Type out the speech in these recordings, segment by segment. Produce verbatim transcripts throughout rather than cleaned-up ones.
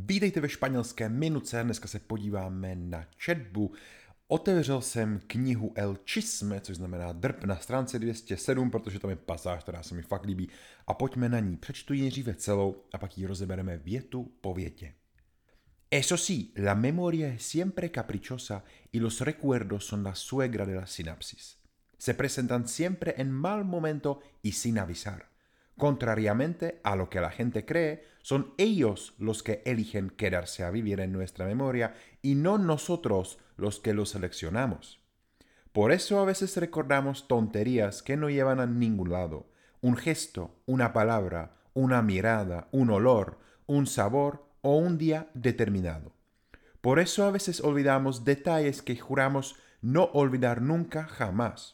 Vítejte ve španělské minuce, dneska se podíváme na četbu. Otevřel jsem knihu El Chisme, což znamená drb na stránce dvě stě sedm, protože tam je pasáž, která se mi fakt líbí. A pojďme na ní. Přečtu ji nejdříve celou a pak ji rozebereme větu po větě. Eso sí, la memoria es siempre caprichosa y los recuerdos son la suegra de la sinapsis. Se presentan siempre en mal momento y sin avisar. Contrariamente a lo que la gente cree, son ellos los que eligen quedarse a vivir en nuestra memoria y no nosotros los que los seleccionamos. Por eso a veces recordamos tonterías que no llevan a ningún lado. Un gesto, una palabra, una mirada, un olor, un sabor o un día determinado. Por eso a veces olvidamos detalles que juramos no olvidar nunca jamás.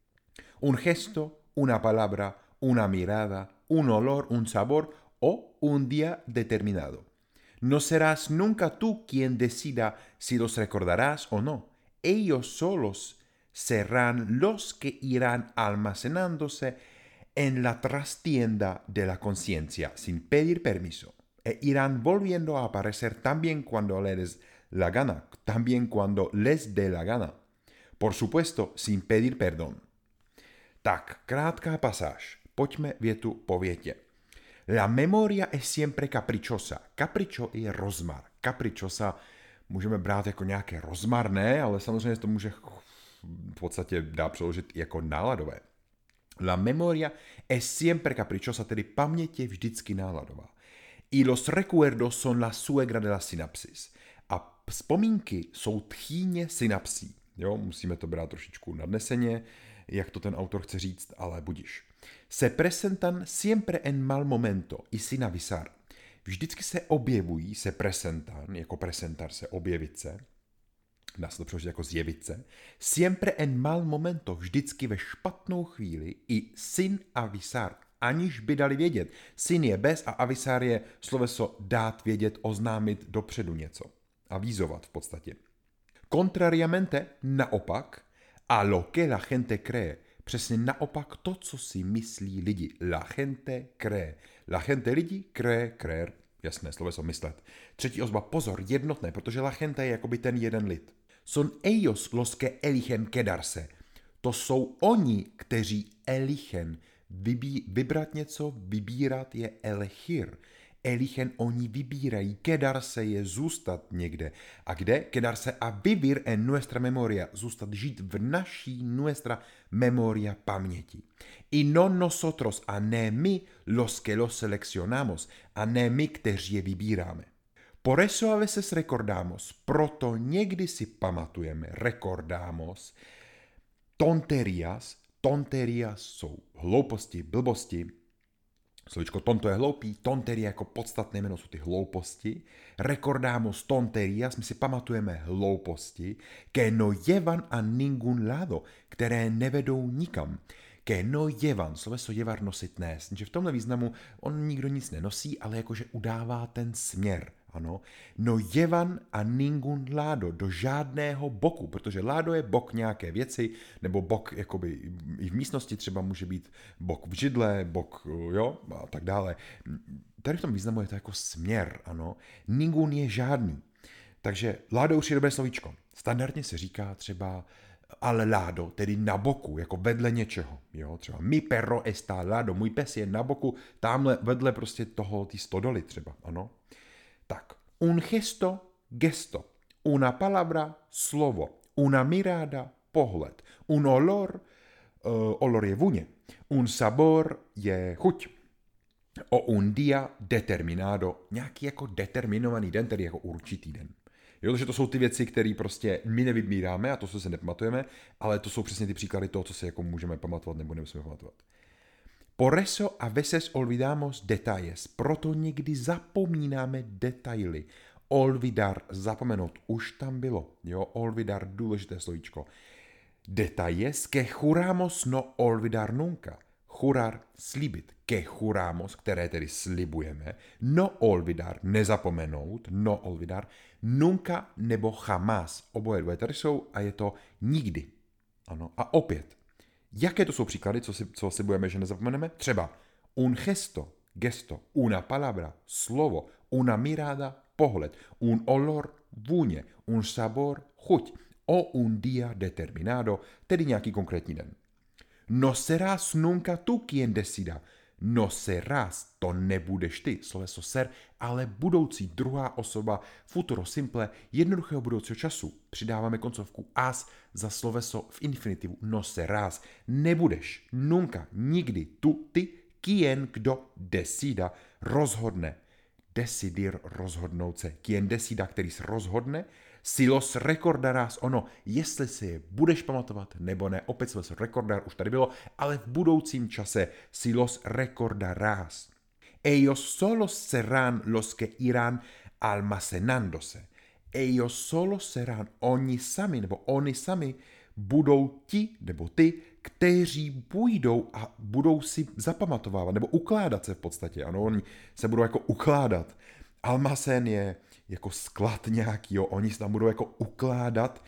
Un gesto, una palabra, una mirada, un olor, un sabor o un día determinado. No serás nunca tú quien decida si los recordarás o no. Ellos solos serán los que irán almacenándose en la trastienda de la conciencia sin pedir permiso. E irán volviendo a aparecer también cuando les la gana, también cuando les dé la gana. Por supuesto, sin pedir perdón. Tak, krátká pasáž. Pojďme větu po větě. La memoria es siempre caprichosa. Capricho je rozmar. Caprichosa můžeme brát jako nějaké rozmarné, ale samozřejmě to může v podstatě dá přeložit jako náladové. La memoria es siempre caprichosa, tedy paměť je vždycky náladová. Y los recuerdos son la suegra de la sinapsis. A vzpomínky jsou tchýně synapsí. Jo, musíme to brát trošičku nadneseně, jak to ten autor chce říct, ale budiš. Se presentan siempre en mal momento y sin avisar. Vždycky se objevují, se presentan, jako presentar se, objevit se, dá se to přeložit jako zjevit se, siempre en mal momento, vždycky ve špatnou chvíli i sin avisar, aniž by dali vědět. Sin je bez a avisar je sloveso dát vědět, oznámit dopředu něco. Avízovat v podstatě. Contrariamente, naopak, a lo que la gente cree, přesně naopak to, co si myslí lidi. La gente cree. La gente lidi, cree, creer. Jasné, sloveso myslet. Třetí ozva, pozor, jednotné, protože la gente je jakoby ten jeden lid. Son ellos los que eligen quedarse. To jsou oni, kteří eligen. Vybí, vybrat něco, vybírat je elegir. Eligen oni vybírají, quedarse je zůstat někde. A kde? Quedarse a vivir en nuestra memoria, zůstat žít v naší nuestra memoria paměti. Y no nosotros, a ne my, los que los seleccionamos, a ne my, kteří je vybíráme. Por eso a veces recordamos, proto někdy si pamatujeme, recordamos, tonterías, tonterías jsou hlouposti, blbosti. Slovičko tonto je hloupý, tonterie jako podstatné jméno jsou ty hlouposti. Recordamos tonterías, my si pamatujeme hlouposti, que no llevan a ningún lado, které nevedou nikam. Que no llevan, sloveso llevar nosit nést, že v tomhle významu on nikdo nic nenosí, ale jakože udává ten směr. Ano, no llevan a ningún lado, do žádného boku, protože ládo je bok nějaké věci, nebo bok jakoby i v místnosti třeba může být bok v židle, bok, jo, a tak dále. Tady v tom významu je to jako směr, ano. Ningún je žádný. Takže ládo už je dobré slovíčko. Standardně se říká třeba al lado, tedy na boku, jako vedle něčeho. Jo, třeba mi perro está lado, můj pes je na boku, tamhle vedle prostě toho, ty stodoly třeba, ano. Tak, un gesto, gesto, una palabra, slovo, una mirada, pohled, un olor, uh, olor je vůně, un sabor je chuť, o un día determinado, nějaký jako determinovaný den, tedy jako určitý den. Jo, takže to jsou ty věci, které prostě my nevybíráme a to, co se nepamatujeme, ale to jsou přesně ty příklady toho, co si jako můžeme pamatovat nebo nemusíme pamatovat. Por eso a veces olvidamos detalles, proto někdy zapomínáme detaily. Olvidar, zapomenout, už tam bylo, jo, olvidar, důležité slovíčko. Detalles que juramos no olvidar nunca. Jurar, slíbit, que juramos, které tedy slibujeme, no olvidar, nezapomenout, no olvidar, nunca nebo jamás. Oboje dvoje tady jsou a je to nikdy. Ano, a opět. Jaké to jsou příklady, co si, co slibujeme, že nezapomeneme? Třeba un gesto, gesto, una palabra, slovo, una mirada, pohled, un olor, vůně, un sabor, chuť, o un día determinado, tedy nějaký konkrétní den. No serás nunca tú quien decida. No serás, to nebudeš ty, sloveso ser, ale budoucí druhá osoba futuro simple jednoduchého budoucího času. Přidáváme koncovku as za sloveso v infinitivu. No serás, nebudeš, nunca, nikdy, tu, ty, quien, kdo, decida, rozhodne. Decidir, rozhodnout se. Quien decida, který se rozhodne, si los recordarás ono, jestli si je budeš pamatovat nebo ne. Opět si los recordar už tady bylo, ale v budoucím čase si los recordarás. Ellos solos serán los que irán almacenándose. Ellos solos serán, oni sami, nebo oni sami, budou ti, nebo ty, kteří půjdou a budou si zapamatovávat, nebo ukládat se v podstatě. Ano, oni se budou jako ukládat. Almacén je jako sklad nějaký, jo, oni se tam budou jako ukládat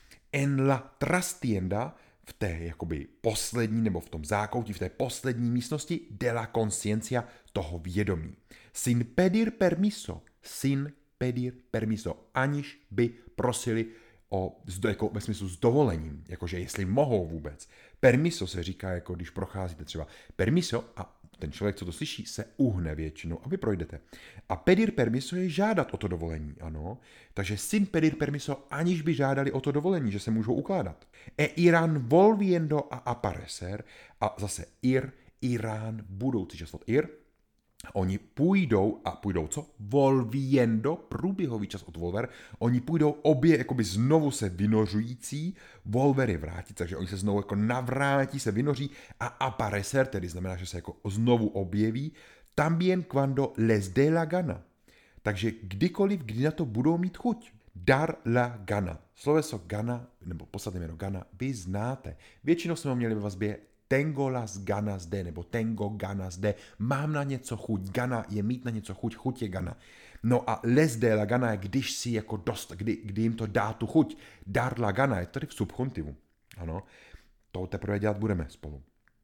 en la trastienda, v té jakoby poslední, nebo v tom zákoutí, v té poslední místnosti de la conciencia, toho vědomí. Sin pedir permiso, sin pedir permiso, aniž by prosili o, jako ve smyslu s dovolením, jakože jestli mohou vůbec. Permiso se říká, jako když procházíte třeba permiso a ten člověk, co to slyší, se uhne většinou a vy projdete. A pedir permiso je žádat o to dovolení, ano. Takže sin pedir permiso, aniž by žádali o to dovolení, že se můžou ukládat. E irán volviendo a aparecer, a zase ir, irán, budoucí čas od ir, oni půjdou, a půjdou co? Volviendo, průběhový čas od volver, oni půjdou obě jakoby znovu se vynořující, volvery vrátit, takže oni se znovu jako navrátí, se vynoří a aparecer, tedy znamená, že se jako znovu objeví, también cuando les dé la gana. Takže kdykoliv, kdy na to budou mít chuť. Dar la gana. Sloveso gana, nebo podstatné jméno gana, vy znáte. Většinou jsme ho měli ve vazbě tengo las ganas de, nebo tengo ganas de, mám na něco chuť, gana je mít na něco chuť, chuť je gana. No a les de la gana je, když si jako dost, kdy, kdy jim to dá tu chuť. Dar la gana je tady v subkontivu. Ano, to teprve dělat budeme spolu.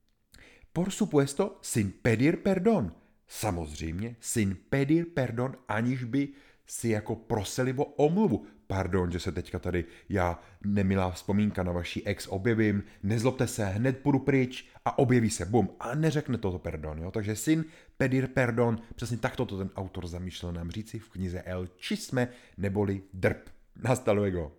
Por supuesto, sin pedir perdón. Samozřejmě, sin pedir perdón, aniž by si jako prosili o omluvu. Pardon, že se teďka tady já nemilá vzpomínka na vaši ex objevím, nezlobte se, hned půjdu pryč a objeví se, bum, a neřekne toto perdon, jo, takže sin pedir perdon, přesně takto to ten autor zamýšlel nám říci v knize El Chisme, neboli drb. Hasta luego.